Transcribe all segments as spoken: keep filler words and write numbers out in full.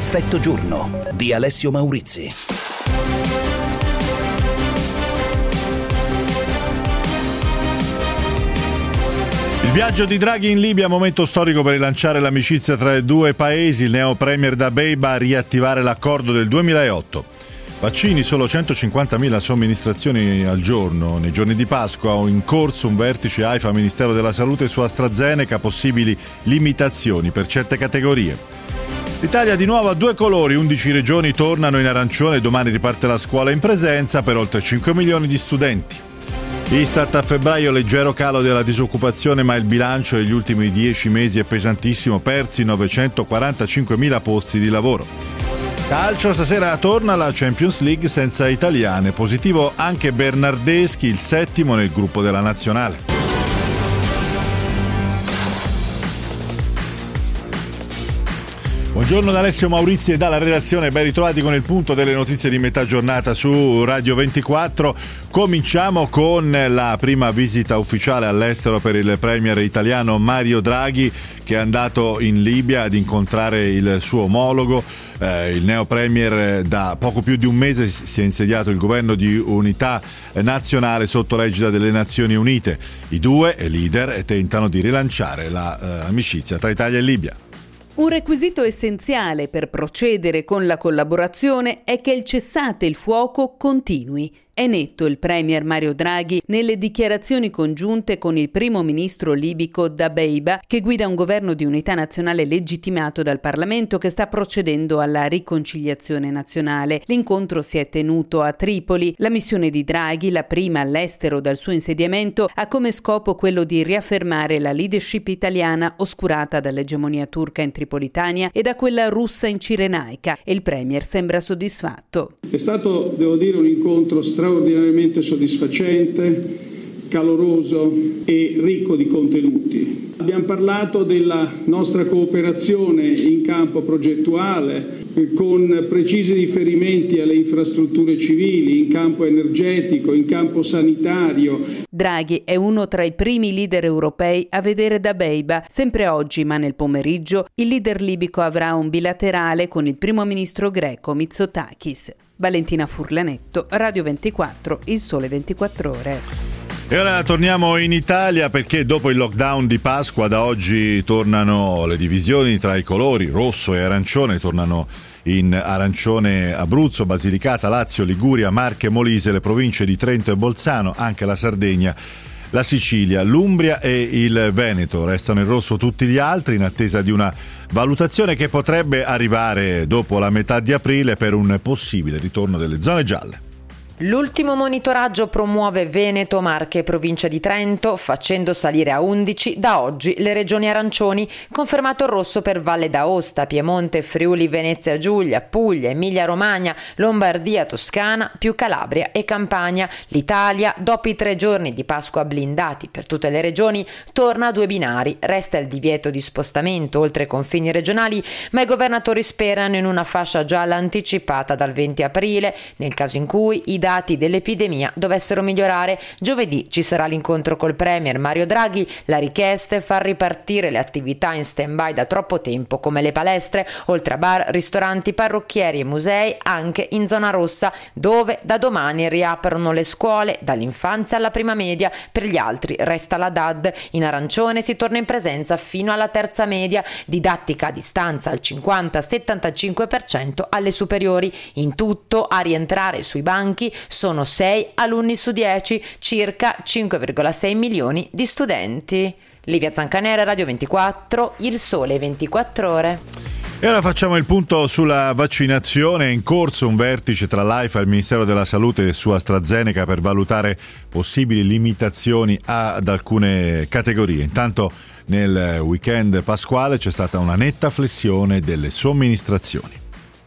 Effetto giorno di Alessio Maurizi. Il viaggio di Draghi in Libia, momento storico per rilanciare l'amicizia tra i due paesi. Il neo premier Dabeiba a riattivare l'accordo del duemilaotto. Vaccini, solo centocinquantamila somministrazioni al giorno. Nei giorni di Pasqua o in corso un vertice AIFA Ministero della Salute su AstraZeneca, possibili limitazioni per certe categorie. L'Italia di nuovo a due colori, undici regioni tornano in arancione, domani riparte la scuola in presenza per oltre cinque milioni di studenti. Istat a febbraio, leggero calo della disoccupazione, ma il bilancio degli ultimi dieci mesi è pesantissimo, persi novecentoquarantacinquemila posti di lavoro. Calcio, stasera torna la Champions League senza italiane, positivo anche Bernardeschi, il settimo nel gruppo della nazionale. Buongiorno da Alessio Maurizi e dalla redazione, ben ritrovati con il punto delle notizie di metà giornata su Radio ventiquattro. Cominciamo con la prima visita ufficiale all'estero per il premier italiano Mario Draghi, che è andato in Libia ad incontrare il suo omologo. Eh, il neo premier da poco più di un mese si è insediato il governo di unità nazionale sotto l'egida delle Nazioni Unite. I due leader tentano di rilanciare l'amicizia eh, tra Italia e Libia. Un requisito essenziale per procedere con la collaborazione è che il cessate il fuoco continui. È netto il premier Mario Draghi nelle dichiarazioni congiunte con il primo ministro libico Dabeiba, che guida un governo di unità nazionale legittimato dal Parlamento che sta procedendo alla riconciliazione nazionale. L'incontro si è tenuto a Tripoli. La missione di Draghi, la prima all'estero dal suo insediamento, ha come scopo quello di riaffermare la leadership italiana oscurata dall'egemonia turca in Tripolitania e da quella russa in Cirenaica, e il premier sembra soddisfatto. È stato, devo dire, un incontro straordinario, straordinariamente soddisfacente, caloroso e ricco di contenuti. Abbiamo parlato della nostra cooperazione in campo progettuale, con precisi riferimenti alle infrastrutture civili, in campo energetico, in campo sanitario. Draghi è uno tra i primi leader europei a vedere Dabeiba. Sempre oggi, ma nel pomeriggio, il leader libico avrà un bilaterale con il primo ministro greco Mitsotakis. Valentina Furlanetto, Radio ventiquattro, Il Sole ventiquattro Ore. E ora torniamo in Italia, perché dopo il lockdown di Pasqua da oggi tornano le divisioni tra i colori rosso e arancione, tornano in arancione Abruzzo, Basilicata, Lazio, Liguria, Marche, Molise, le province di Trento e Bolzano, anche la Sardegna, la Sicilia, l'Umbria e il Veneto. Restano in rosso tutti gli altri, in attesa di una valutazione che potrebbe arrivare dopo la metà di aprile per un possibile ritorno delle zone gialle. L'ultimo monitoraggio promuove Veneto, Marche e provincia di Trento, facendo salire a undici da oggi le regioni arancioni, confermato il rosso per Valle d'Aosta, Piemonte, Friuli, Venezia Giulia, Puglia, Emilia Romagna, Lombardia, Toscana, più Calabria e Campania. L'Italia, dopo i tre giorni di Pasqua blindati per tutte le regioni, torna a due binari. Resta il divieto di spostamento oltre i confini regionali, ma i governatori sperano in una fascia gialla anticipata dal venti aprile, nel caso in cui i dati dell'epidemia dovessero migliorare. Giovedì ci sarà l'incontro col premier Mario Draghi. La richiesta è far ripartire le attività in stand-by da troppo tempo, come le palestre, oltre a bar, ristoranti, parrucchieri e musei, anche in zona rossa, dove da domani riaprono le scuole, dall'infanzia alla prima media. Per gli altri resta la D A D. In arancione si torna in presenza fino alla terza media, didattica a distanza al cinquanta settantacinque per cento alle superiori. In tutto a rientrare sui banchi sono sei alunni su dieci, circa cinque virgola sei milioni di studenti. Livia Zancanera, Radio ventiquattro, Il Sole ventiquattro Ore. E ora facciamo il punto sulla vaccinazione. È in corso un vertice tra l'AIFA e il Ministero della Salute su AstraZeneca per valutare possibili limitazioni ad alcune categorie. Intanto nel weekend pasquale c'è stata una netta flessione delle somministrazioni.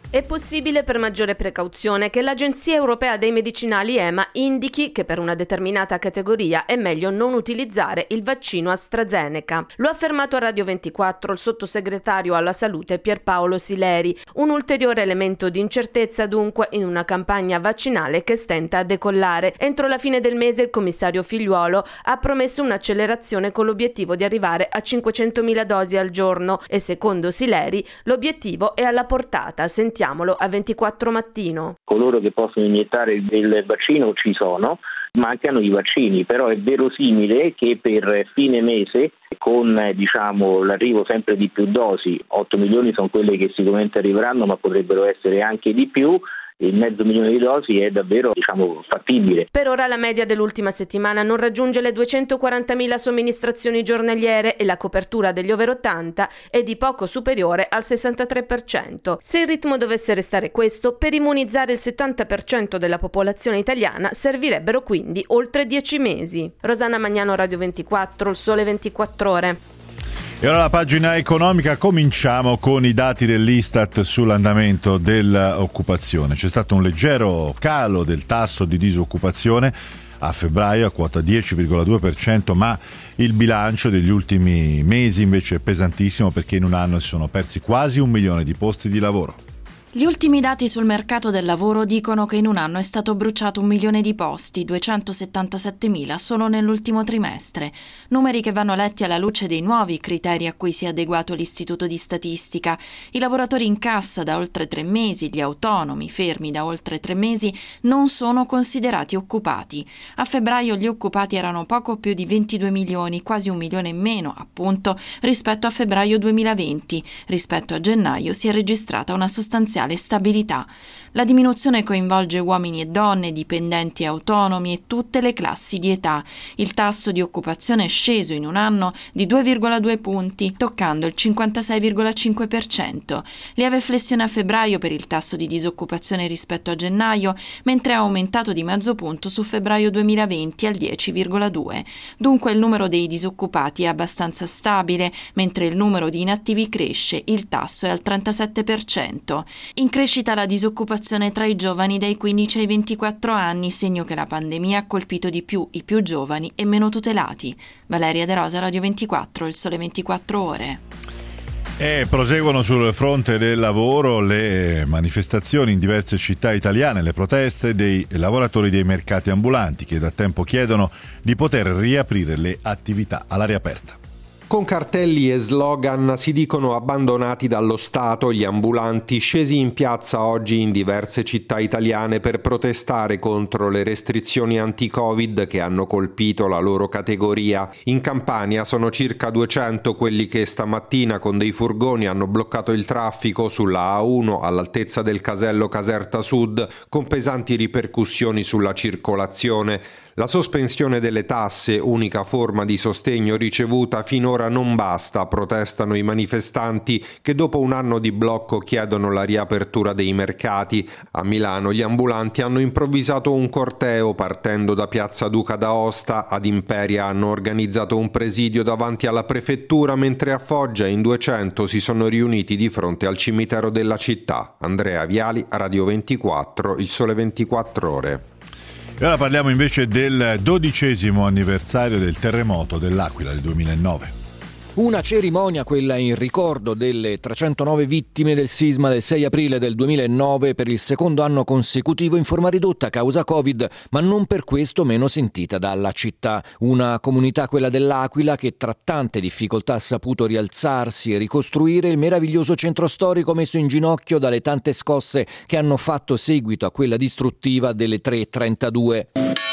È possibile, per maggiore precauzione, che l'Agenzia Europea dei Medicinali E M A indichi che per una determinata categoria è meglio non utilizzare il vaccino AstraZeneca. Lo ha affermato a Radio ventiquattro il sottosegretario alla salute Pierpaolo Sileri. Un ulteriore elemento di incertezza dunque in una campagna vaccinale che stenta a decollare. Entro la fine del mese il commissario Figliuolo ha promesso un'accelerazione con l'obiettivo di arrivare a cinquecentomila dosi al giorno e secondo Sileri l'obiettivo è alla portata. Sentiamo a ventiquattro Mattino. Coloro che possono iniettare il vaccino ci sono, mancano i vaccini, però è verosimile che per fine mese, con diciamo l'arrivo sempre di più dosi, otto milioni sono quelle che sicuramente arriveranno, ma potrebbero essere anche di più, il mezzo milione di dosi è davvero diciamo fattibile. Per ora la media dell'ultima settimana non raggiunge le duecentoquarantamila somministrazioni giornaliere e la copertura degli over ottanta è di poco superiore al sessantatré per cento. Se il ritmo dovesse restare questo, per immunizzare il settanta per cento della popolazione italiana servirebbero quindi oltre dieci mesi. Rosanna Magnano, Radio ventiquattro, Il Sole ventiquattro Ore. E ora la pagina economica, cominciamo con i dati dell'Istat sull'andamento dell'occupazione. C'è stato un leggero calo del tasso di disoccupazione a febbraio a quota dieci virgola due per cento, ma il bilancio degli ultimi mesi invece è pesantissimo perché in un anno si sono persi quasi un milione di posti di lavoro. Gli ultimi dati sul mercato del lavoro dicono che in un anno è stato bruciato un milione di posti, duecentosettantasettemila solo nell'ultimo trimestre. Numeri che vanno letti alla luce dei nuovi criteri a cui si è adeguato l'Istituto di Statistica. I lavoratori in cassa da oltre tre mesi, gli autonomi fermi da oltre tre mesi, non sono considerati occupati. A febbraio gli occupati erano poco più di ventidue milioni, quasi un milione in meno, appunto, rispetto a febbraio duemilaventi. Rispetto a gennaio si è registrata una sostanziale stabilità. La diminuzione coinvolge uomini e donne, dipendenti e autonomi e tutte le classi di età. Il tasso di occupazione è sceso in un anno di due virgola due punti, toccando il cinquantasei virgola cinque per cento. Lieve flessione a febbraio per il tasso di disoccupazione rispetto a gennaio, mentre ha aumentato di mezzo punto su febbraio duemilaventi al dieci virgola due. Dunque il numero dei disoccupati è abbastanza stabile, mentre il numero di inattivi cresce, il tasso è al trentasette per cento. In crescita la disoccupazione tra i giovani dai quindici ai ventiquattro anni, segno che la pandemia ha colpito di più i più giovani e meno tutelati. Valeria De Rosa, Radio ventiquattro, Il Sole ventiquattro Ore. E proseguono sul fronte del lavoro le manifestazioni in diverse città italiane, le proteste dei lavoratori dei mercati ambulanti che da tempo chiedono di poter riaprire le attività all'aria aperta. Con cartelli e slogan si dicono abbandonati dallo Stato, gli ambulanti scesi in piazza oggi in diverse città italiane per protestare contro le restrizioni anti-Covid che hanno colpito la loro categoria. In Campania sono circa duecento quelli che stamattina con dei furgoni hanno bloccato il traffico sulla A uno all'altezza del casello Caserta Sud, con pesanti ripercussioni sulla circolazione. La sospensione delle tasse, unica forma di sostegno ricevuta, finora non basta, protestano i manifestanti che dopo un anno di blocco chiedono la riapertura dei mercati. A Milano gli ambulanti hanno improvvisato un corteo partendo da Piazza Duca d'Aosta. Ad Imperia hanno organizzato un presidio davanti alla prefettura, mentre a Foggia in duecento si sono riuniti di fronte al cimitero della città. Andrea Viali, Radio ventiquattro, Il Sole ventiquattro Ore. E ora parliamo invece del dodicesimo anniversario del terremoto dell'Aquila del duemilanove. Una cerimonia, quella in ricordo delle trecentonove vittime del sisma del sei aprile del duemilanove, per il secondo anno consecutivo in forma ridotta a causa Covid, ma non per questo meno sentita dalla città. Una comunità, quella dell'Aquila, che tra tante difficoltà ha saputo rialzarsi e ricostruire il meraviglioso centro storico messo in ginocchio dalle tante scosse che hanno fatto seguito a quella distruttiva delle tre trentadue.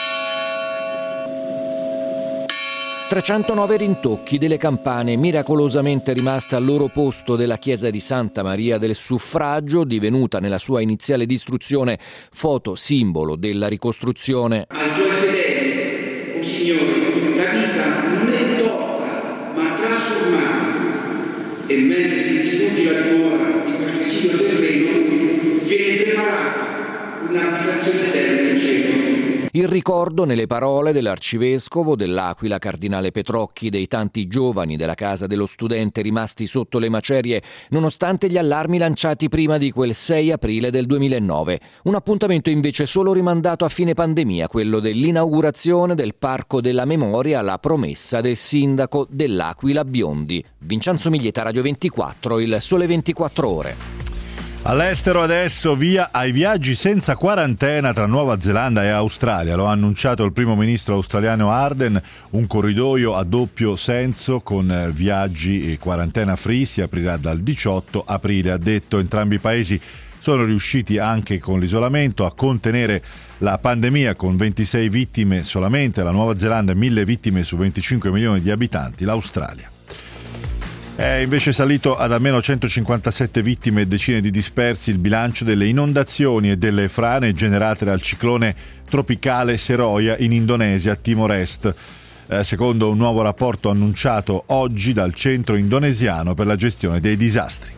trecentonove rintocchi delle campane miracolosamente rimaste al loro posto della chiesa di Santa Maria del Suffragio, divenuta nella sua iniziale distruzione foto simbolo della ricostruzione. Ai tuoi fedeli, o oh Signore, la vita non è tolta ma trasformata, e mentre si distrugge la dimora di questo esilio terreno viene preparata un'abitazione eterna in cielo. Il ricordo nelle parole dell'arcivescovo dell'Aquila, cardinale Petrocchi, dei tanti giovani della casa dello studente rimasti sotto le macerie nonostante gli allarmi lanciati prima di quel sei aprile del duemilanove. Un appuntamento invece solo rimandato a fine pandemia, quello dell'inaugurazione del Parco della Memoria, la promessa del sindaco dell'Aquila Biondi. Vincenzo Miglietta, Radio ventiquattro, il Sole ventiquattro Ore. All'estero adesso via ai viaggi senza quarantena tra Nuova Zelanda e Australia. Lo ha annunciato il primo ministro australiano Ardern, un corridoio a doppio senso con viaggi e quarantena free si aprirà dal diciotto aprile. Ha detto entrambi i paesi sono riusciti anche con l'isolamento a contenere la pandemia con ventisei vittime solamente, la Nuova Zelanda mille vittime su venticinque milioni di abitanti, l'Australia è invece salito ad almeno centocinquantasette vittime e decine di dispersi il bilancio delle inondazioni e delle frane generate dal ciclone tropicale Seroia in Indonesia, Timor Est, eh, secondo un nuovo rapporto annunciato oggi dal Centro Indonesiano per la gestione dei disastri.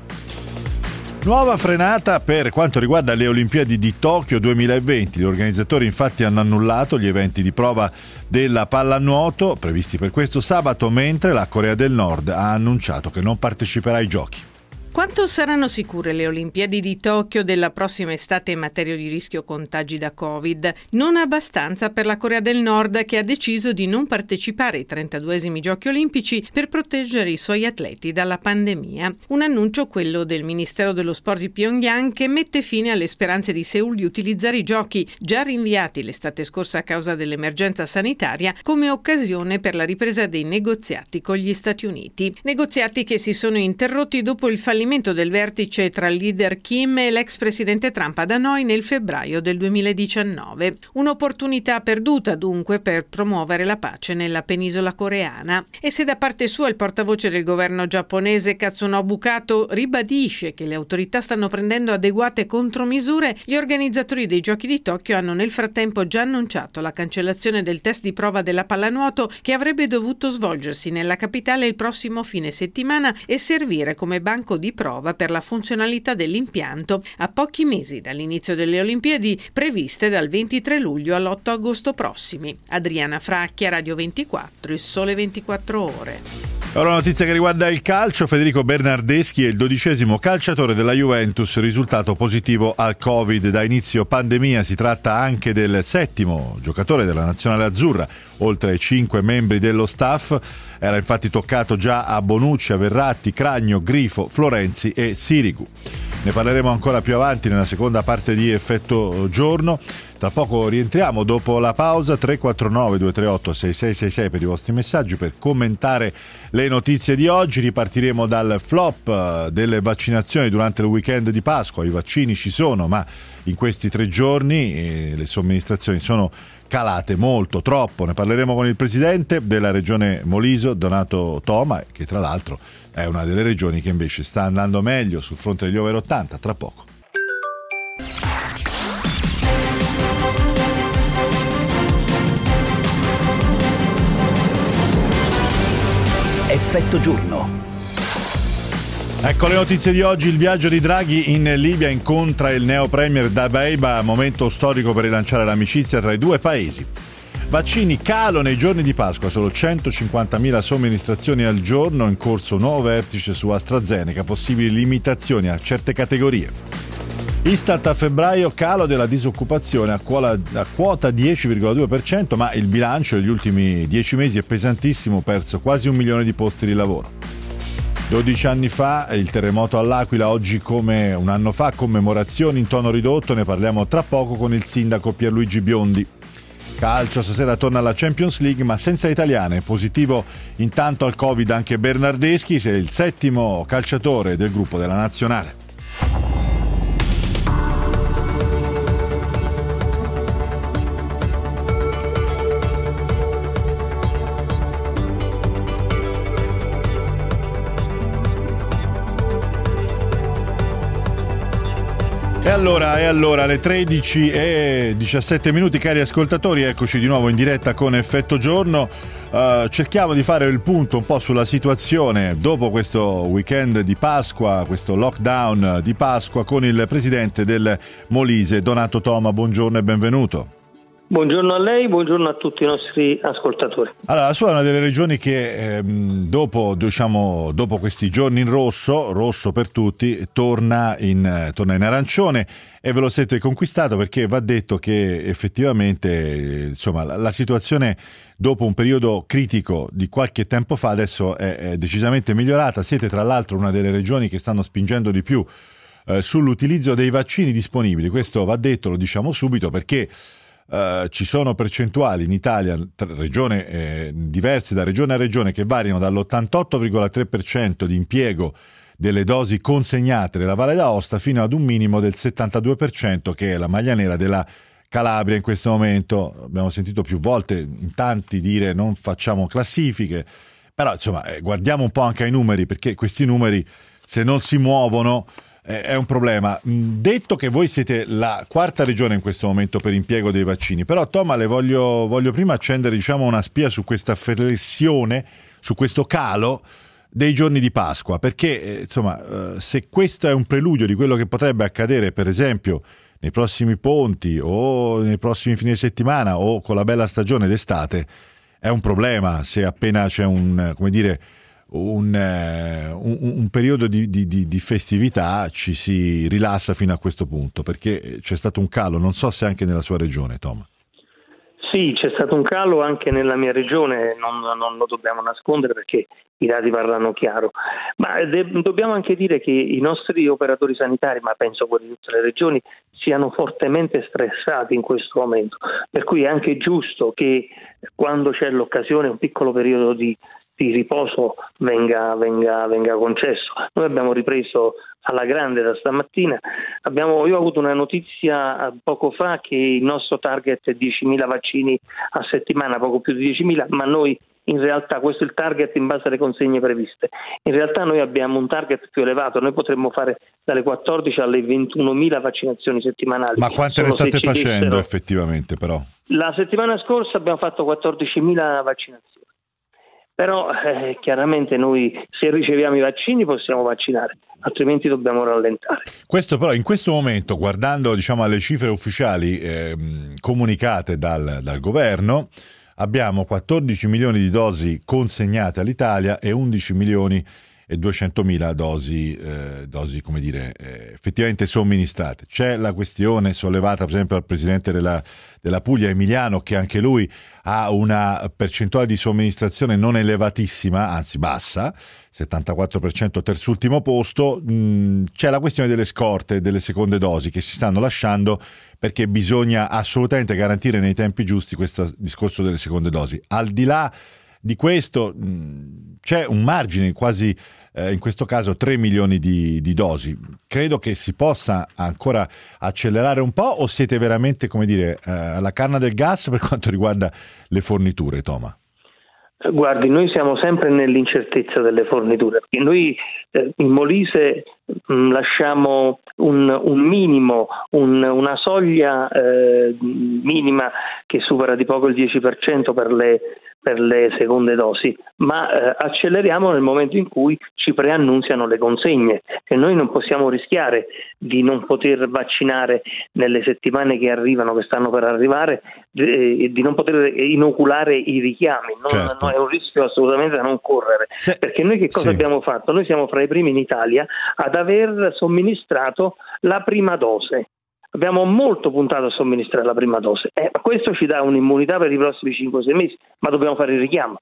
Nuova frenata per quanto riguarda le Olimpiadi di Tokyo duemilaventi. Gli organizzatori infatti hanno annullato gli eventi di prova della pallanuoto previsti per questo sabato, mentre la Corea del Nord ha annunciato che non parteciperà ai giochi. Quanto saranno sicure le Olimpiadi di Tokyo della prossima estate in materia di rischio contagi da Covid? Non abbastanza per la Corea del Nord, che ha deciso di non partecipare ai trentaduesimi Giochi Olimpici per proteggere i suoi atleti dalla pandemia. Un annuncio, quello del Ministero dello Sport di Pyongyang, che mette fine alle speranze di Seul di utilizzare i giochi, già rinviati l'estate scorsa a causa dell'emergenza sanitaria, come occasione per la ripresa dei negoziati con gli Stati Uniti. Negoziati che si sono interrotti dopo il fallimento del vertice tra il leader Kim e l'ex presidente Trump ad Hanoi nel febbraio del duemiladiciannove. Un'opportunità perduta dunque per promuovere la pace nella penisola coreana. E se da parte sua il portavoce del governo giapponese Katsunobu Kato ribadisce che le autorità stanno prendendo adeguate contromisure, gli organizzatori dei Giochi di Tokyo hanno nel frattempo già annunciato la cancellazione del test di prova della pallanuoto che avrebbe dovuto svolgersi nella capitale il prossimo fine settimana e servire come banco di prova per la funzionalità dell'impianto a pochi mesi dall'inizio delle Olimpiadi previste dal ventitré luglio all'otto agosto prossimi. Adriana Fracchia, Radio ventiquattro, il Sole ventiquattro Ore. Ora una notizia che riguarda il calcio. Federico Bernardeschi è il dodicesimo calciatore della Juventus risultato positivo al Covid da inizio pandemia. Si tratta anche del settimo giocatore della nazionale azzurra, oltre ai cinque membri dello staff. Era infatti toccato già a Bonucci, a Verratti, Cragno, Grifo, Florenzi e Sirigu. Ne parleremo ancora più avanti nella seconda parte di Effetto Giorno. Tra poco rientriamo dopo la pausa. Tre quattro nove due tre otto sei sei sei sei per i vostri messaggi per commentare le notizie di oggi. Ripartiremo dal flop delle vaccinazioni durante il weekend di Pasqua. I vaccini ci sono, ma in questi tre giorni eh, le somministrazioni sono calate molto, troppo. Ne parleremo con il presidente della regione Molise, Donato Toma, che tra l'altro è una delle regioni che invece sta andando meglio sul fronte degli over ottanta. Tra poco. Effetto Giorno. Ecco le notizie di oggi. Il viaggio di Draghi in Libia incontra il neo premier Dabeiba, momento storico per rilanciare l'amicizia tra i due paesi. Vaccini, calo nei giorni di Pasqua, solo centocinquantamila somministrazioni al giorno, in corso un nuovo vertice su AstraZeneca, possibili limitazioni a certe categorie. Istat a febbraio, calo della disoccupazione a quota, a quota dieci virgola due per cento, ma il bilancio degli ultimi dieci mesi è pesantissimo, perso quasi un milione di posti di lavoro. dodici anni fa, il terremoto all'Aquila, oggi come un anno fa, commemorazioni in tono ridotto, ne parliamo tra poco con il sindaco Pierluigi Biondi. Calcio, stasera torna alla Champions League ma senza italiane, positivo intanto al Covid anche Bernardeschi, sei il settimo calciatore del gruppo della nazionale. E allora, e allora, alle tredici e diciassette minuti, cari ascoltatori, eccoci di nuovo in diretta con Effetto Giorno. Uh, cerchiamo di fare il punto un po' sulla situazione dopo questo weekend di Pasqua, questo lockdown di Pasqua, con il presidente del Molise, Donato Toma. Buongiorno e benvenuto. Buongiorno a lei, buongiorno a tutti i nostri ascoltatori. Allora, la sua è una delle regioni che ehm, dopo, diciamo, dopo questi giorni in rosso, rosso per tutti, torna in, eh, torna in arancione, e ve lo siete conquistato, perché va detto che effettivamente eh, insomma, la, la situazione dopo un periodo critico di qualche tempo fa adesso è, è decisamente migliorata. Siete tra l'altro una delle regioni che stanno spingendo di più eh, sull'utilizzo dei vaccini disponibili. Questo va detto, lo diciamo subito, perché Uh, ci sono percentuali in Italia, regione, eh, diverse da regione a regione, che variano dall'ottantotto virgola tre per cento di impiego delle dosi consegnate nella Valle d'Aosta fino ad un minimo del settantadue per cento, che è la maglia nera della Calabria in questo momento. Abbiamo sentito più volte in tanti dire non facciamo classifiche, però insomma eh, guardiamo un po' anche ai numeri, perché questi numeri, se non si muovono, è un problema. Detto che voi siete la quarta regione in questo momento per impiego dei vaccini, però Toma, le voglio, voglio prima accendere, diciamo, una spia su questa flessione, su questo calo dei giorni di Pasqua, perché eh, insomma eh, se questo è un preludio di quello che potrebbe accadere per esempio nei prossimi ponti o nei prossimi fine settimana o con la bella stagione d'estate, è un problema se appena c'è un, come dire, Un, un, un periodo di, di, di festività ci si rilassa fino a questo punto, perché c'è stato un calo, non so se anche nella sua regione, Tom. Sì, c'è stato un calo anche nella mia regione, non, non lo dobbiamo nascondere perché i dati parlano chiaro, ma de- dobbiamo anche dire che i nostri operatori sanitari, ma penso quelli di tutte le regioni, siano fortemente stressati in questo momento, per cui è anche giusto che quando c'è l'occasione un piccolo periodo di di riposo venga, venga, venga concesso. Noi abbiamo ripreso alla grande da stamattina. Abbiamo, io ho avuto una notizia poco fa che il nostro target è diecimila vaccini a settimana, poco più di diecimila, ma noi in realtà, questo è il target in base alle consegne previste. In realtà noi abbiamo un target più elevato, noi potremmo fare dalle quattordici alle ventunomila vaccinazioni settimanali. Ma quante ne state facendo effettivamente però? La settimana scorsa abbiamo fatto quattordicimila vaccinazioni. Però eh, chiaramente noi se riceviamo i vaccini possiamo vaccinare, altrimenti dobbiamo rallentare. Questo però in questo momento, guardando diciamo alle cifre ufficiali eh, comunicate dal, dal governo, abbiamo quattordici milioni di dosi consegnate all'Italia e undici milioni e duecentomila dosi, eh, dosi come dire, eh, effettivamente somministrate. C'è la questione sollevata per esempio dal presidente della, della Puglia, Emiliano, che anche lui ha una percentuale di somministrazione non elevatissima, anzi bassa, settantaquattro per cento, terzultimo posto. Mm, c'è la questione delle scorte, delle seconde dosi che si stanno lasciando, perché bisogna assolutamente garantire nei tempi giusti questo discorso delle seconde dosi. Al di là di questo mh, c'è un margine, quasi eh, in questo caso tre milioni di, di dosi. Credo che si possa ancora accelerare un po', o siete veramente, come dire, eh, alla canna del gas per quanto riguarda le forniture, Toma? Guardi, noi siamo sempre nell'incertezza delle forniture, perché noi eh, in Molise mh, lasciamo un, un minimo, un, una soglia eh, minima che supera di poco il dieci per cento per le per le seconde dosi, ma eh, acceleriamo nel momento in cui ci preannunziano le consegne, che noi non possiamo rischiare di non poter vaccinare nelle settimane che arrivano, che stanno per arrivare, e eh, di non poter inoculare i richiami. Non, certo. non è un rischio assolutamente da non correre, Se... perché noi che cosa sì. abbiamo fatto? Noi siamo fra i primi in Italia ad aver somministrato la prima dose. Abbiamo molto puntato a somministrare la prima dose. Eh, questo ci dà un'immunità per i prossimi cinque sei mesi, ma dobbiamo fare il richiamo.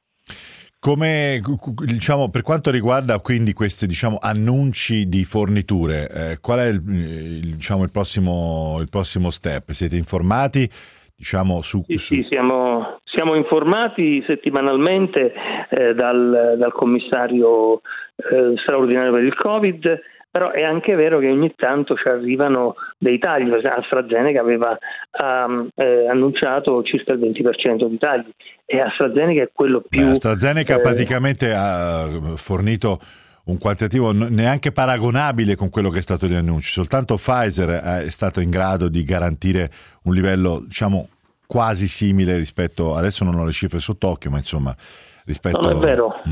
Come, diciamo, per quanto riguarda quindi questi diciamo annunci di forniture, eh, qual è il, il, diciamo, il prossimo il prossimo step? Siete informati? Diciamo su, sì, su... sì, siamo, siamo informati settimanalmente eh, dal, dal commissario eh, straordinario per il Covid. Però è anche vero che ogni tanto ci arrivano dei tagli. AstraZeneca aveva um, eh, annunciato circa il venti per cento di tagli, e AstraZeneca è quello più... Beh, AstraZeneca eh, praticamente ha fornito un quantitativo neanche paragonabile con quello che è stato gli annunci. Soltanto Pfizer è stato in grado di garantire un livello, diciamo, quasi simile rispetto... Adesso non ho le cifre sott'occhio, ma insomma, rispetto... Non è vero. Mm.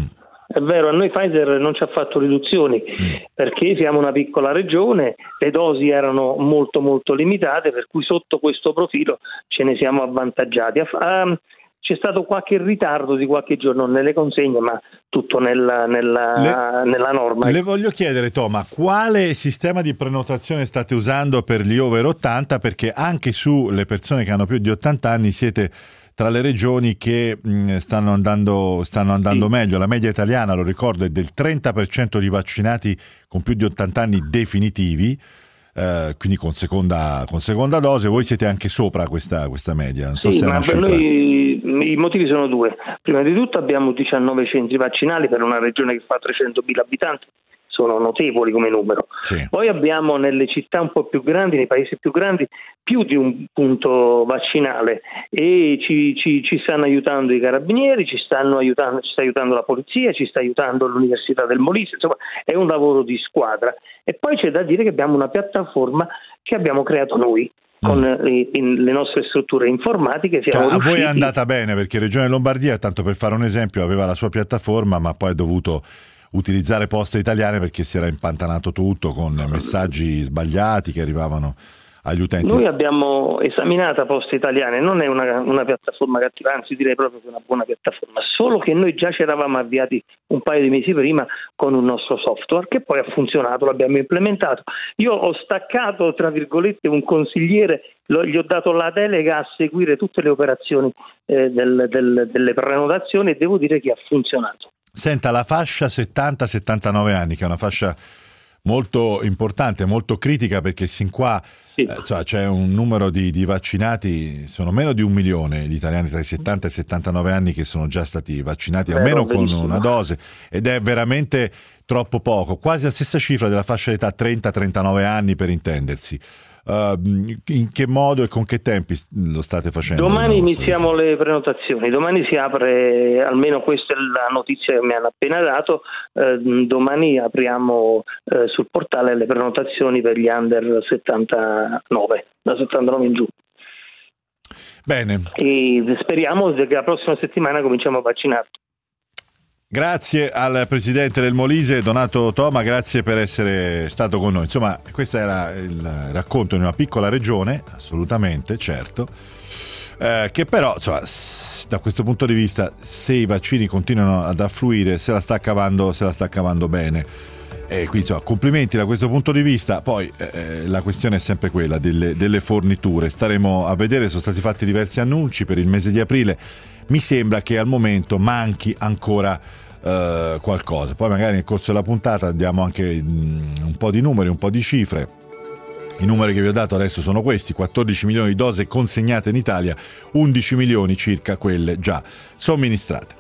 È vero, a noi Pfizer non ci ha fatto riduzioni perché siamo una piccola regione, le dosi erano molto molto limitate, per cui sotto questo profilo ce ne siamo avvantaggiati. Um, c'è stato qualche ritardo di qualche giorno nelle consegne, ma tutto nella, nella, le, nella norma. Le voglio chiedere, Toma, quale sistema di prenotazione state usando per gli over ottanta? Perché anche sulle persone che hanno più di ottanta anni siete tra le regioni che mh, stanno andando, stanno andando sì. meglio. La media italiana, lo ricordo, è del trenta per cento di vaccinati con più di ottanta anni definitivi, eh, quindi con seconda, con seconda dose. Voi siete anche sopra questa, questa media. Non so sì, se è ma una per cifra. Noi i motivi sono due. Prima di tutto abbiamo diciannove centri vaccinali per una regione che fa trecentomila abitanti. Sono notevoli come numero. Sì. Poi abbiamo nelle città un po' più grandi, nei paesi più grandi, più di un punto vaccinale e ci, ci, ci stanno aiutando i carabinieri, ci stanno aiutando, ci sta aiutando la polizia, ci sta aiutando l'Università del Molise, insomma è un lavoro di squadra. E poi c'è da dire che abbiamo una piattaforma che abbiamo creato noi. Con le, le nostre strutture informatiche siamo cioè, riusciti... A voi è andata bene perché Regione Lombardia, tanto per fare un esempio, aveva la sua piattaforma ma poi ha dovuto utilizzare Poste Italiane perché si era impantanato tutto con messaggi sbagliati che arrivavano agli utenti. Noi abbiamo esaminata Poste Italiane, non è una, una piattaforma cattiva, anzi direi proprio che è una buona piattaforma, solo che noi già ci eravamo avviati un paio di mesi prima con un nostro software che poi ha funzionato, l'abbiamo implementato. Io ho staccato, tra virgolette, un consigliere, lo, gli ho dato la delega a seguire tutte le operazioni eh, del, del, delle prenotazioni e devo dire che ha funzionato. Senta, la fascia settanta settantanove anni, che è una fascia molto importante, molto critica, perché sin qua sì. eh, insomma, c'è un numero di, di vaccinati, sono meno di un milione gli italiani tra i settanta e i settantanove anni che sono già stati vaccinati, Vero, almeno benissimo. con una dose, ed è veramente troppo poco, quasi la stessa cifra della fascia d'età trenta trentanove anni per intendersi. Uh, in che modo e con che tempi lo state facendo? Domani iniziamo le prenotazioni, domani si apre, almeno questa è la notizia che mi hanno appena dato, eh, domani apriamo eh, sul portale le prenotazioni per gli under settantanove, da settantanove in giù. Bene. E speriamo che la prossima settimana cominciamo a vaccinare. Grazie al presidente del Molise, Donato Toma, grazie per essere stato con noi. Insomma, questo era il racconto di una piccola regione, assolutamente, certo, eh, che però, insomma, da questo punto di vista, se i vaccini continuano ad affluire, se la sta cavando, se la sta cavando bene. E quindi, insomma, complimenti da questo punto di vista. Poi eh, la questione è sempre quella delle, delle forniture. Staremo a vedere, sono stati fatti diversi annunci per il mese di aprile. Mi sembra che al momento manchi ancora uh, qualcosa. Poi magari nel corso della puntata diamo anche um, un po' di numeri, un po' di cifre. I numeri che vi ho dato adesso sono questi: quattordici milioni di dose consegnate in Italia, undici milioni circa quelle già somministrate.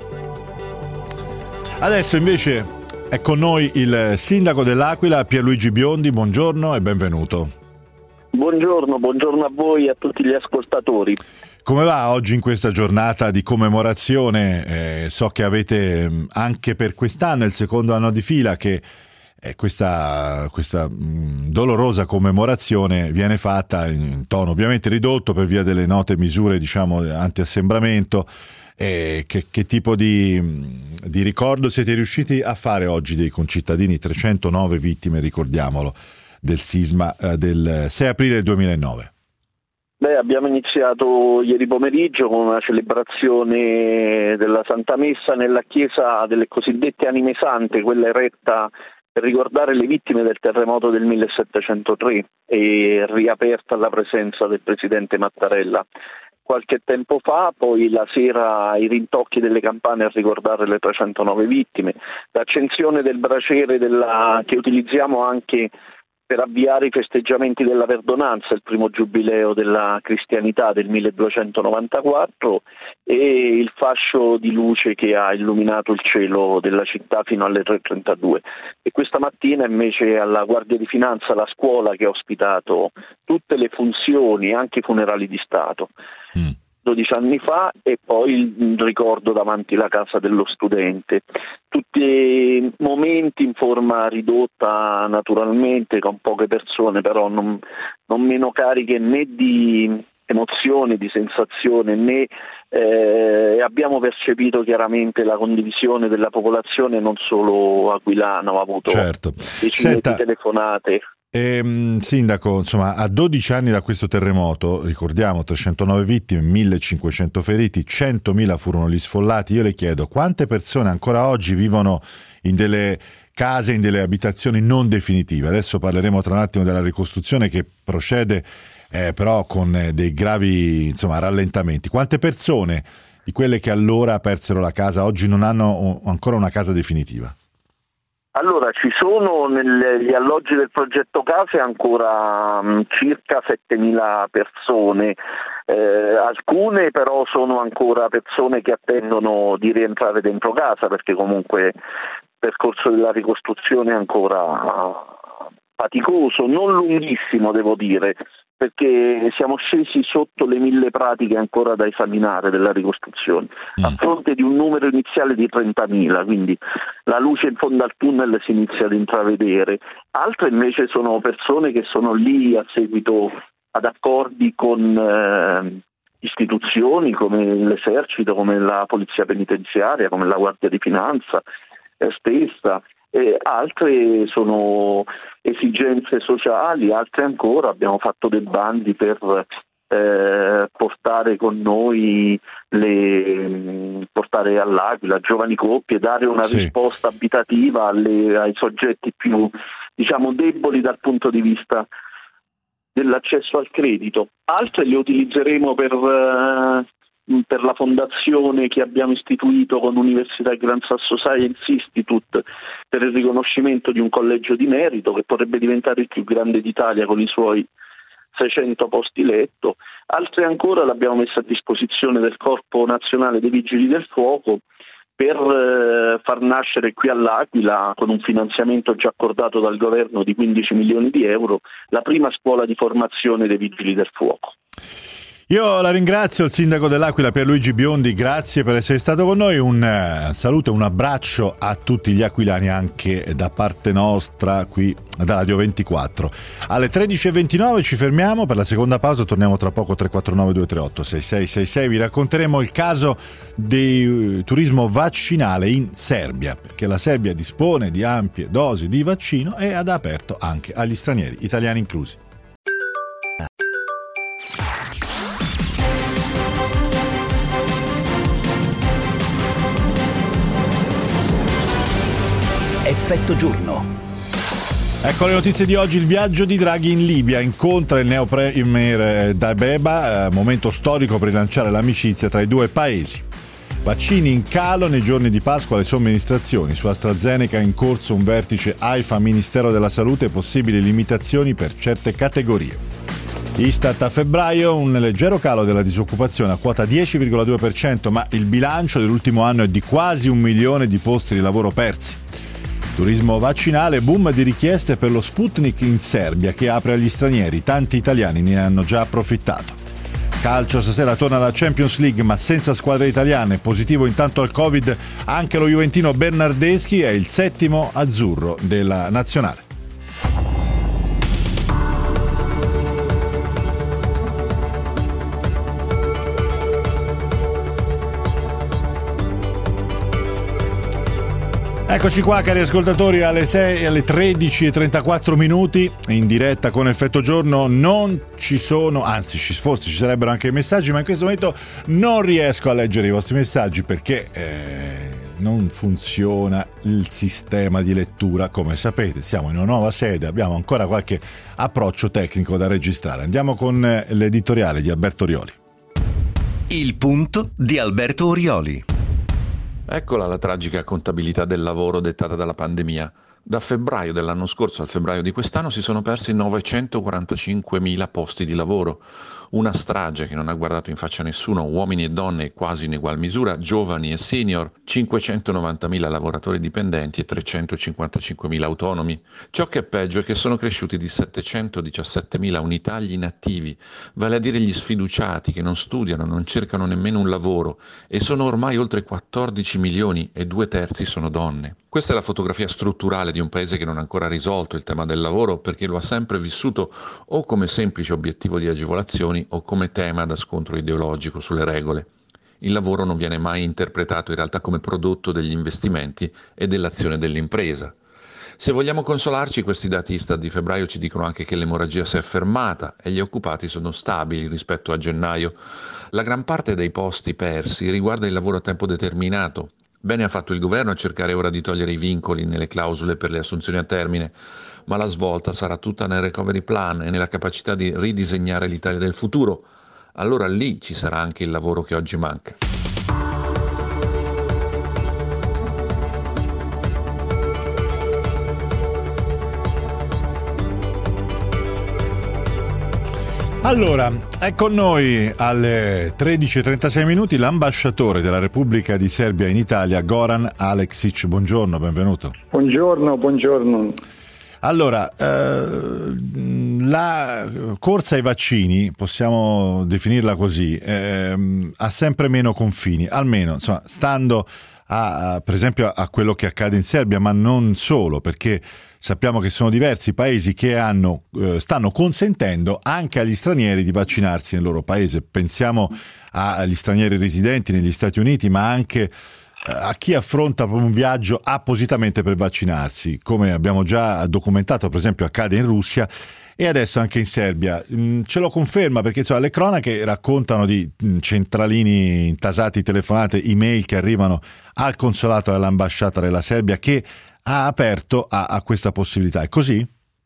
Adesso invece è con noi il sindaco dell'Aquila, Pierluigi Biondi. Buongiorno e benvenuto. Buongiorno, buongiorno a voi e a tutti gli ascoltatori. Come va oggi in questa giornata di commemorazione? Eh, so che avete anche per quest'anno, il secondo anno di fila, che eh, questa, questa mh, dolorosa commemorazione viene fatta in tono ovviamente ridotto per via delle note misure, diciamo, anti-assembramento. Eh, che, che tipo di, di ricordo siete riusciti a fare oggi dei concittadini? trecentonove vittime, ricordiamolo, del sisma eh, del sei aprile duemilanove. Beh, abbiamo iniziato ieri pomeriggio con una celebrazione della Santa Messa nella chiesa delle cosiddette Anime Sante, quella eretta per ricordare le vittime del terremoto del millesettecentotre e riaperta alla presenza del presidente Mattarella. Qualche tempo fa, poi la sera i rintocchi delle campane a ricordare le trecentonove vittime, l'accensione del braciere della, che utilizziamo anche per avviare i festeggiamenti della Perdonanza, il primo giubileo della cristianità del milleduecentonovantaquattro, e il fascio di luce che ha illuminato il cielo della città fino alle tre e trentadue. E questa mattina invece alla Guardia di Finanza, la scuola che ha ospitato tutte le funzioni, anche i funerali di Stato. Mm. dodici anni fa, e poi il ricordo davanti alla casa dello studente. Tutti momenti in forma ridotta naturalmente, con poche persone, però non, non meno cariche né di emozione, di sensazione, né eh, abbiamo percepito chiaramente la condivisione della popolazione, non solo aquilana, ho avuto certo. decine Senta, di telefonate. Ehm, sindaco, insomma, a dodici anni da questo terremoto, ricordiamo trecentonove vittime, millecinquecento feriti, centomila furono gli sfollati. Io le chiedo quante persone ancora oggi vivono in delle case, in delle abitazioni non definitive. Adesso parleremo tra un attimo della ricostruzione che procede eh, però con eh, dei gravi insomma rallentamenti. Quante persone di quelle che allora persero la casa oggi non hanno ancora una casa definitiva? Allora, ci sono negli alloggi del progetto Case ancora mh, circa settemila persone, eh, alcune però sono ancora persone che attendono di rientrare dentro casa, perché comunque il percorso della ricostruzione è ancora faticoso, non lunghissimo devo dire, perché siamo scesi sotto le mille pratiche ancora da esaminare della ricostruzione, mm. a fronte di un numero iniziale di trentamila, quindi la luce in fondo al tunnel si inizia ad intravedere. Altre invece sono persone che sono lì a seguito ad accordi con eh, istituzioni come l'esercito, come la polizia penitenziaria, come la Guardia di Finanza eh, stessa. E altre sono esigenze sociali, altre ancora abbiamo fatto dei bandi per eh, portare con noi le portare all'Aquila giovani coppie, dare una sì. risposta abitativa alle, ai soggetti più diciamo deboli dal punto di vista dell'accesso al credito. Altre le utilizzeremo per eh, per la fondazione che abbiamo istituito con Università Gran Sasso Science Institute per il riconoscimento di un collegio di merito che potrebbe diventare il più grande d'Italia con i suoi seicento posti letto. Altre ancora l'abbiamo messa a disposizione del Corpo Nazionale dei Vigili del Fuoco per eh, far nascere qui all'Aquila, con un finanziamento già accordato dal governo di quindici milioni di euro, la prima scuola di formazione dei Vigili del Fuoco. Io la ringrazio, il sindaco dell'Aquila Pierluigi Biondi, grazie per essere stato con noi, un uh, saluto e un abbraccio a tutti gli aquilani anche da parte nostra qui da Radio ventiquattro. Alle tredici e ventinove ci fermiamo per la seconda pausa, torniamo tra poco. Tre quattro nove due tre otto sei sei sei sei, vi racconteremo il caso di uh, turismo vaccinale in Serbia, perché la Serbia dispone di ampie dosi di vaccino e ha aperto anche agli stranieri, italiani inclusi. Effetto giorno. Ecco le notizie di oggi. Il viaggio di Draghi in Libia, incontra il neo premier Dabeba, eh, momento storico per rilanciare l'amicizia tra i due paesi. Vaccini in calo nei giorni di Pasqua, le somministrazioni. Su AstraZeneca in corso un vertice AIFA Ministero della Salute, possibili limitazioni per certe categorie. Istat a febbraio, un leggero calo della disoccupazione a quota dieci virgola due per cento, ma il bilancio dell'ultimo anno è di quasi un milione di posti di lavoro persi. Turismo vaccinale, boom di richieste per lo Sputnik in Serbia che apre agli stranieri, tanti italiani ne hanno già approfittato. Calcio, stasera torna la Champions League ma senza squadre italiane, positivo intanto al Covid anche lo juventino Bernardeschi, è il settimo azzurro della nazionale. Eccoci qua cari ascoltatori, alle sei, alle tredici e trentaquattro minuti in diretta con Effetto Giorno. Non ci sono, anzi forse ci sarebbero anche i messaggi, ma in questo momento non riesco a leggere i vostri messaggi perché eh, non funziona il sistema di lettura. Come sapete siamo in una nuova sede, abbiamo ancora qualche approccio tecnico da registrare. Andiamo con l'editoriale di Alberto Orioli. Il punto di Alberto Orioli. Eccola la tragica contabilità del lavoro dettata dalla pandemia. Da febbraio dell'anno scorso al febbraio di quest'anno si sono persi novecentoquarantacinquemila posti di lavoro. Una strage che non ha guardato in faccia nessuno, uomini e donne quasi in egual misura, giovani e senior, cinquecentonovantamila lavoratori dipendenti e trecentocinquantacinquemila autonomi. Ciò che è peggio è che sono cresciuti di settecentodiciassettemila unità gli inattivi, vale a dire gli sfiduciati che non studiano, non cercano nemmeno un lavoro, e sono ormai oltre quattordici milioni e due terzi sono donne. Questa è la fotografia strutturale di un paese che non ha ancora risolto il tema del lavoro perché lo ha sempre vissuto o come semplice obiettivo di agevolazioni opinioni o come tema da scontro ideologico sulle regole. Il lavoro non viene mai interpretato in realtà come prodotto degli investimenti e dell'azione dell'impresa. Se vogliamo consolarci, questi dati Istat di febbraio ci dicono anche che l'emorragia si è fermata e gli occupati sono stabili rispetto a gennaio. La gran parte dei posti persi riguarda il lavoro a tempo determinato. Bene ha fatto il governo a cercare ora di togliere i vincoli nelle clausole per le assunzioni a termine, ma la svolta sarà tutta nel recovery plan e nella capacità di ridisegnare l'Italia del futuro. Allora lì ci sarà anche il lavoro che oggi manca. Allora, è con noi alle tredici e trentasei minuti l'ambasciatore della Repubblica di Serbia in Italia, Goran Aleksić. Buongiorno, benvenuto. Buongiorno, buongiorno. Allora, eh, la corsa ai vaccini, possiamo definirla così, eh, ha sempre meno confini, almeno insomma, stando a, a, per esempio a quello che accade in Serbia, ma non solo, perché sappiamo che sono diversi paesi che hanno, eh, stanno consentendo anche agli stranieri di vaccinarsi nel loro paese. Pensiamo agli stranieri residenti negli Stati Uniti, ma anche a chi affronta un viaggio appositamente per vaccinarsi, come abbiamo già documentato, per esempio accade in Russia e adesso anche in Serbia. Ce lo conferma perché insomma, le cronache raccontano di centralini intasati, telefonate, email che arrivano al consolato e all'ambasciata della Serbia che ha aperto a, a questa possibilità. È così?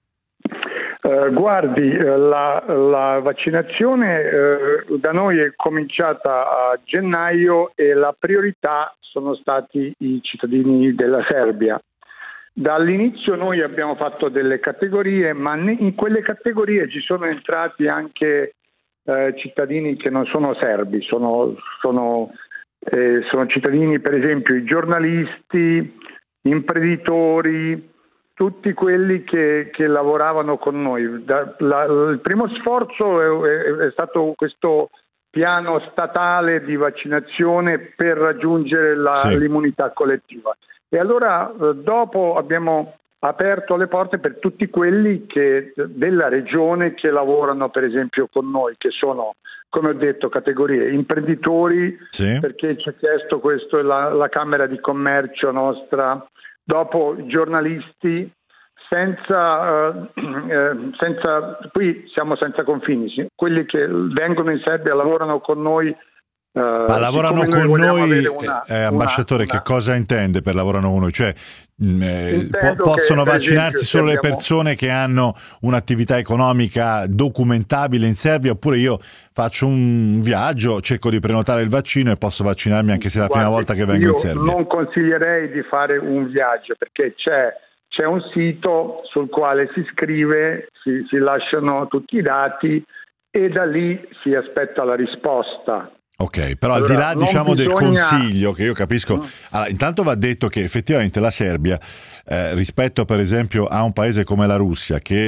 Uh, guardi, la, la vaccinazione uh, da noi è cominciata a gennaio e la priorità sono stati i cittadini della Serbia. Dall'inizio noi abbiamo fatto delle categorie, ma in quelle categorie ci sono entrati anche uh, cittadini che non sono serbi, sono, sono, eh, sono cittadini, per esempio i giornalisti, imprenditori, tutti quelli che, che lavoravano con noi. Da, la, il primo sforzo è, è, è stato questo piano statale di vaccinazione per raggiungere la, sì. l'immunità collettiva. E allora dopo abbiamo aperto le porte per tutti quelli che, della regione che lavorano per esempio con noi, che sono, come ho detto, categorie imprenditori, sì. perché ci ha chiesto questo la, la Camera di Commercio nostra, dopo giornalisti, senza, eh, senza, qui siamo senza confini, sì. Quelli che vengono in Serbia lavorano con noi. Eh, Ma lavorano con noi, una, eh, ambasciatore, una, una... che cosa intende per lavorano con noi? Cioè eh, po- possono che, vaccinarsi esempio, solo le abbiamo... persone che hanno un'attività economica documentabile in Serbia, oppure io faccio un viaggio, cerco di prenotare il vaccino e posso vaccinarmi anche se è la Guardi, prima volta che vengo in Serbia? Non consiglierei di fare un viaggio perché c'è, c'è un sito sul quale si scrive, si, si lasciano tutti i dati e da lì si aspetta la risposta. Ok, però allora, al di là diciamo bisogna... del consiglio che io capisco, no. allora, intanto va detto che effettivamente la Serbia eh, rispetto per esempio a un paese come la Russia che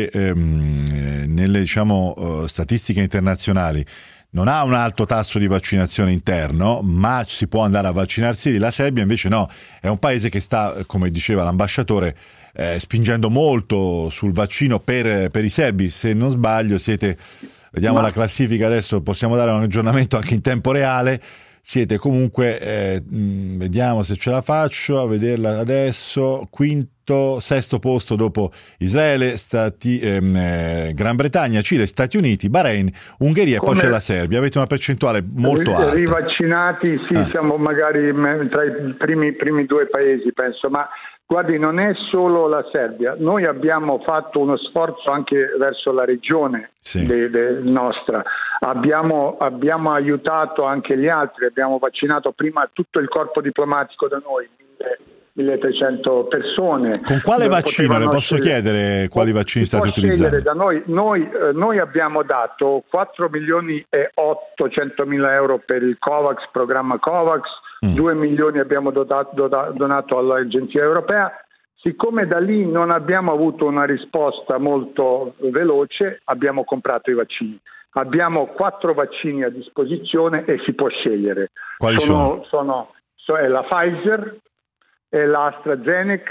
ehm, nelle diciamo uh, statistiche internazionali non ha un alto tasso di vaccinazione interno, ma si può andare a vaccinarsi lì. La Serbia invece no, è un paese che sta, come diceva l'ambasciatore, eh, spingendo molto sul vaccino per, per i serbi. Se non sbaglio siete... Vediamo Ma... la classifica adesso, possiamo dare un aggiornamento anche in tempo reale. Siete comunque, eh, mh, vediamo se ce la faccio a vederla adesso, quinto, sesto posto dopo Israele, Stati, ehm, eh, Gran Bretagna, Cile, Stati Uniti, Bahrain, Ungheria Come... e poi c'è la Serbia. Avete una percentuale molto alta. Rivaccinati, sì, ah. siamo magari tra i primi, primi due paesi, penso, ma... Guardi, non è solo la Serbia, noi abbiamo fatto uno sforzo anche verso la regione sì. de, de nostra, abbiamo, abbiamo aiutato anche gli altri, abbiamo vaccinato prima tutto il corpo diplomatico da noi, milletrecento persone. Con quale vaccino? Le posso scegliere, chiedere quali vaccini state utilizzando? Da noi, noi, eh, noi abbiamo dato quattro milioni e ottocentomila euro per il COVAX, programma COVAX, mm. due milioni abbiamo dotato, dotato, donato all'Agenzia Europea. Siccome da lì non abbiamo avuto una risposta molto veloce, abbiamo comprato i vaccini. Abbiamo quattro vaccini a disposizione e si può scegliere. Quali sono? sono? sono so è la Pfizer, è l'AstraZeneca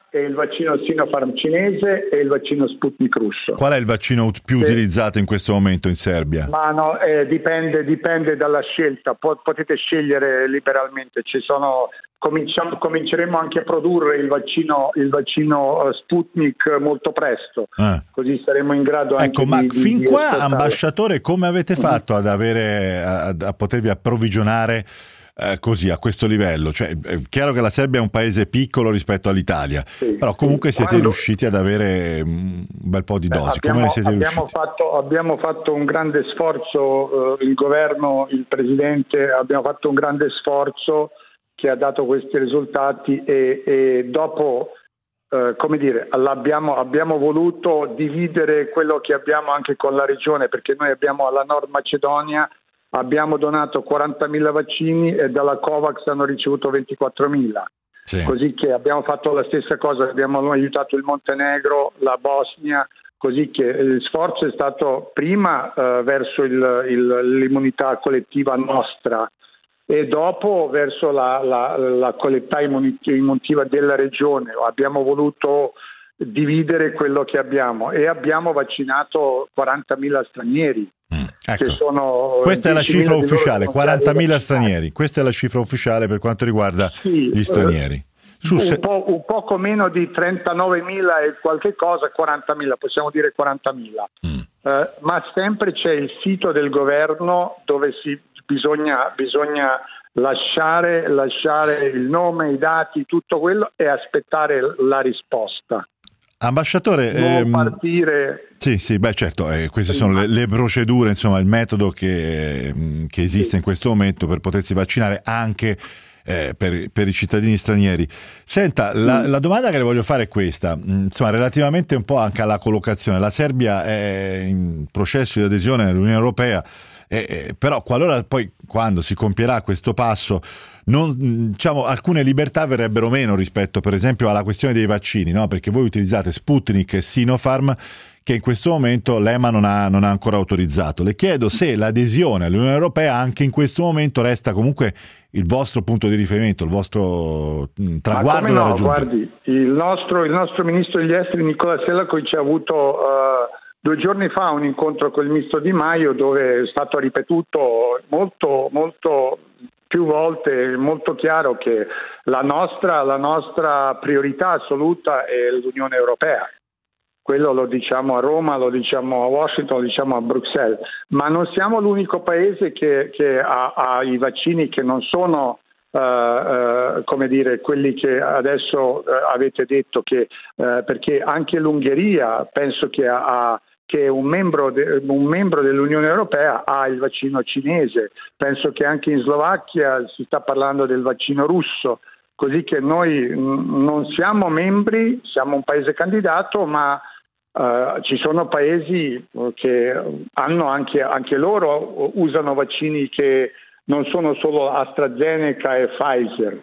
e il vaccino Sinopharm cinese e il vaccino Sputnik russo. Qual è il vaccino più sì. utilizzato in questo momento in Serbia? Ma no, eh, dipende, dipende dalla scelta, po- potete scegliere liberalmente. Ci sono, cominciamo, cominceremo anche a produrre il vaccino, il vaccino uh, Sputnik molto presto, eh. così saremo in grado anche ecco, di... ma di, fin di qua, esportare. Ambasciatore, come avete fatto ad avere, a, a potervi approvvigionare Eh, così a questo livello? Cioè, è chiaro che la Serbia è un paese piccolo rispetto all'Italia, sì, però comunque sì. siete Quando... riusciti ad avere un bel po' di dosi. Beh, abbiamo, Come siete abbiamo riusciti? Fatto, abbiamo fatto un grande sforzo, eh, il governo, il presidente, abbiamo fatto un grande sforzo che ha dato questi risultati e, e dopo, eh, come dire, l'abbiamo, abbiamo voluto dividere quello che abbiamo anche con la regione, perché noi abbiamo alla Nord Macedonia abbiamo donato quarantamila vaccini e dalla Covax hanno ricevuto ventiquattromila. Sì. Così che abbiamo fatto la stessa cosa, abbiamo aiutato il Montenegro, la Bosnia, così che il sforzo è stato prima eh, verso il, il, l'immunità collettiva nostra e dopo verso la, la, la collettività immunitiva della regione. Abbiamo voluto dividere quello che abbiamo e abbiamo vaccinato quarantamila stranieri. Ecco. Che sono questa è la cifra ufficiale, quarantamila stranieri. Questa è la cifra ufficiale per quanto riguarda sì, gli stranieri. Su un, se... po', un poco meno di trentanovemila e qualche cosa, quarantamila, possiamo dire quarantamila. Mm. Eh, ma sempre c'è il sito del governo dove si bisogna, bisogna lasciare, lasciare il nome, i dati, tutto quello e aspettare la risposta. Ambasciatore, non ehm, partire. Sì, sì, beh, certo, eh, queste sono le, le procedure, insomma, il metodo che, che esiste sì. in questo momento per potersi vaccinare anche eh, per, per i cittadini stranieri. Senta, la, mm. la domanda che le voglio fare è questa, insomma, relativamente un po' anche alla collocazione. La Serbia è in processo di adesione all'Unione Europea, eh, eh, però qualora poi, quando si compierà questo passo, non, diciamo, alcune libertà verrebbero meno rispetto per esempio alla questione dei vaccini, no? Perché voi utilizzate Sputnik e Sinopharm che in questo momento l'E M A non ha, non ha ancora autorizzato. Le chiedo se l'adesione all'Unione Europea anche in questo momento resta comunque il vostro punto di riferimento, il vostro mh, traguardo da no, raggiungere. Guardi, il nostro, il nostro ministro degli esteri Nicola Selakovic ha avuto uh, due giorni fa un incontro con il ministro Di Maio dove è stato ripetuto molto molto più volte, molto chiaro che la nostra, la nostra priorità assoluta è l'Unione Europea. Quello lo diciamo a Roma, lo diciamo a Washington, lo diciamo a Bruxelles, ma non siamo l'unico paese che, che ha, ha i vaccini che non sono uh, uh, come dire quelli che adesso uh, avete detto che uh, perché anche l'Ungheria penso che ha che un membro, de, un membro dell'Unione Europea ha il vaccino cinese, penso che anche in Slovacchia si sta parlando del vaccino russo, così che noi n- non siamo membri, siamo un paese candidato, ma uh, ci sono paesi che hanno anche, anche loro, usano vaccini che non sono solo AstraZeneca e Pfizer.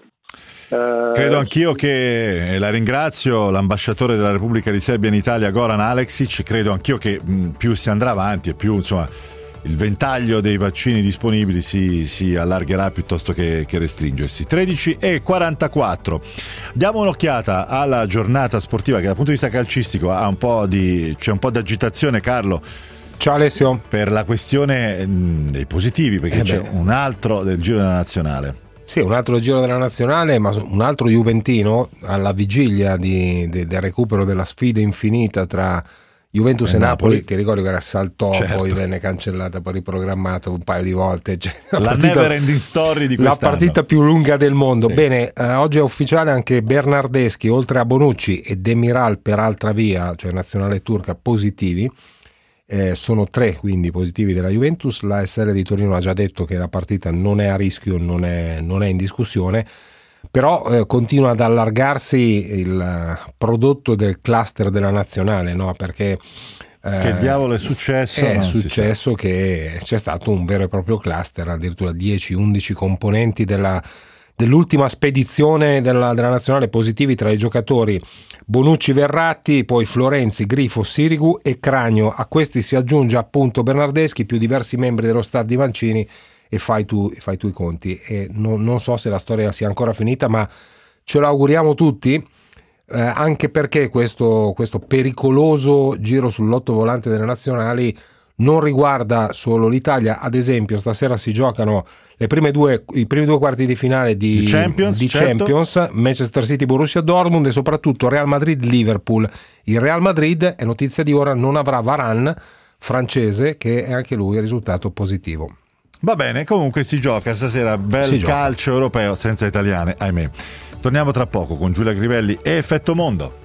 Credo anch'io che, e la ringrazio, l'ambasciatore della Repubblica di Serbia in Italia Goran Aleksic, credo anch'io che mh, più si andrà avanti e più insomma il ventaglio dei vaccini disponibili si, si allargherà piuttosto che, che restringersi. tredici e quarantaquattro. Diamo un'occhiata alla giornata sportiva che dal punto di vista calcistico ha un po' di, c'è un po' di agitazione, Carlo. Ciao Alessio. Per la questione mh, dei positivi, perché eh c'è beh. un altro del Giro della Nazionale. Sì, un altro Giro della Nazionale, ma un altro juventino alla vigilia di, de, del recupero della sfida infinita tra Juventus e, e Napoli. Napoli. Ti ricordo che era saltò, certo. Poi venne cancellata, poi riprogrammata un paio di volte. Cioè, la partita, never ending story di quest'anno. La partita più lunga del mondo. Sì. Bene, eh, oggi è ufficiale anche Bernardeschi, oltre a Bonucci e Demiral per altra via, cioè nazionale turca, positivi. Eh, sono tre quindi positivi della Juventus. La S L di Torino ha già detto che la partita non è a rischio, non è, non è in discussione, però eh, continua ad allargarsi il prodotto del cluster della nazionale, no? Perché eh, che diavolo è successo? È successo che c'è stato un vero e proprio cluster, addirittura dieci undici componenti della dell'ultima spedizione della, della nazionale positivi tra i giocatori Bonucci, Verratti, poi Florenzi, Grifo, Sirigu e Cragno. A questi si aggiunge appunto Bernardeschi più diversi membri dello staff di Mancini e fai tu, fai tu i conti. E non, non so se la storia sia ancora finita, ma ce lo auguriamo tutti. eh, anche perché questo, questo pericoloso giro sull'ottovolante delle nazionali non riguarda solo l'Italia. Ad esempio stasera si giocano le prime due, i primi due quarti di finale di, di Champions, di certo. Champions, Manchester City, Borussia Dortmund e soprattutto Real Madrid, Liverpool. Il Real Madrid, è notizia di ora, non avrà Varane, francese, che è anche lui risultato positivo. Va bene, comunque si gioca stasera bel Si calcio gioca. europeo senza italiane, ahimè. Torniamo tra poco con Giulia Grivelli e Effetto Mondo.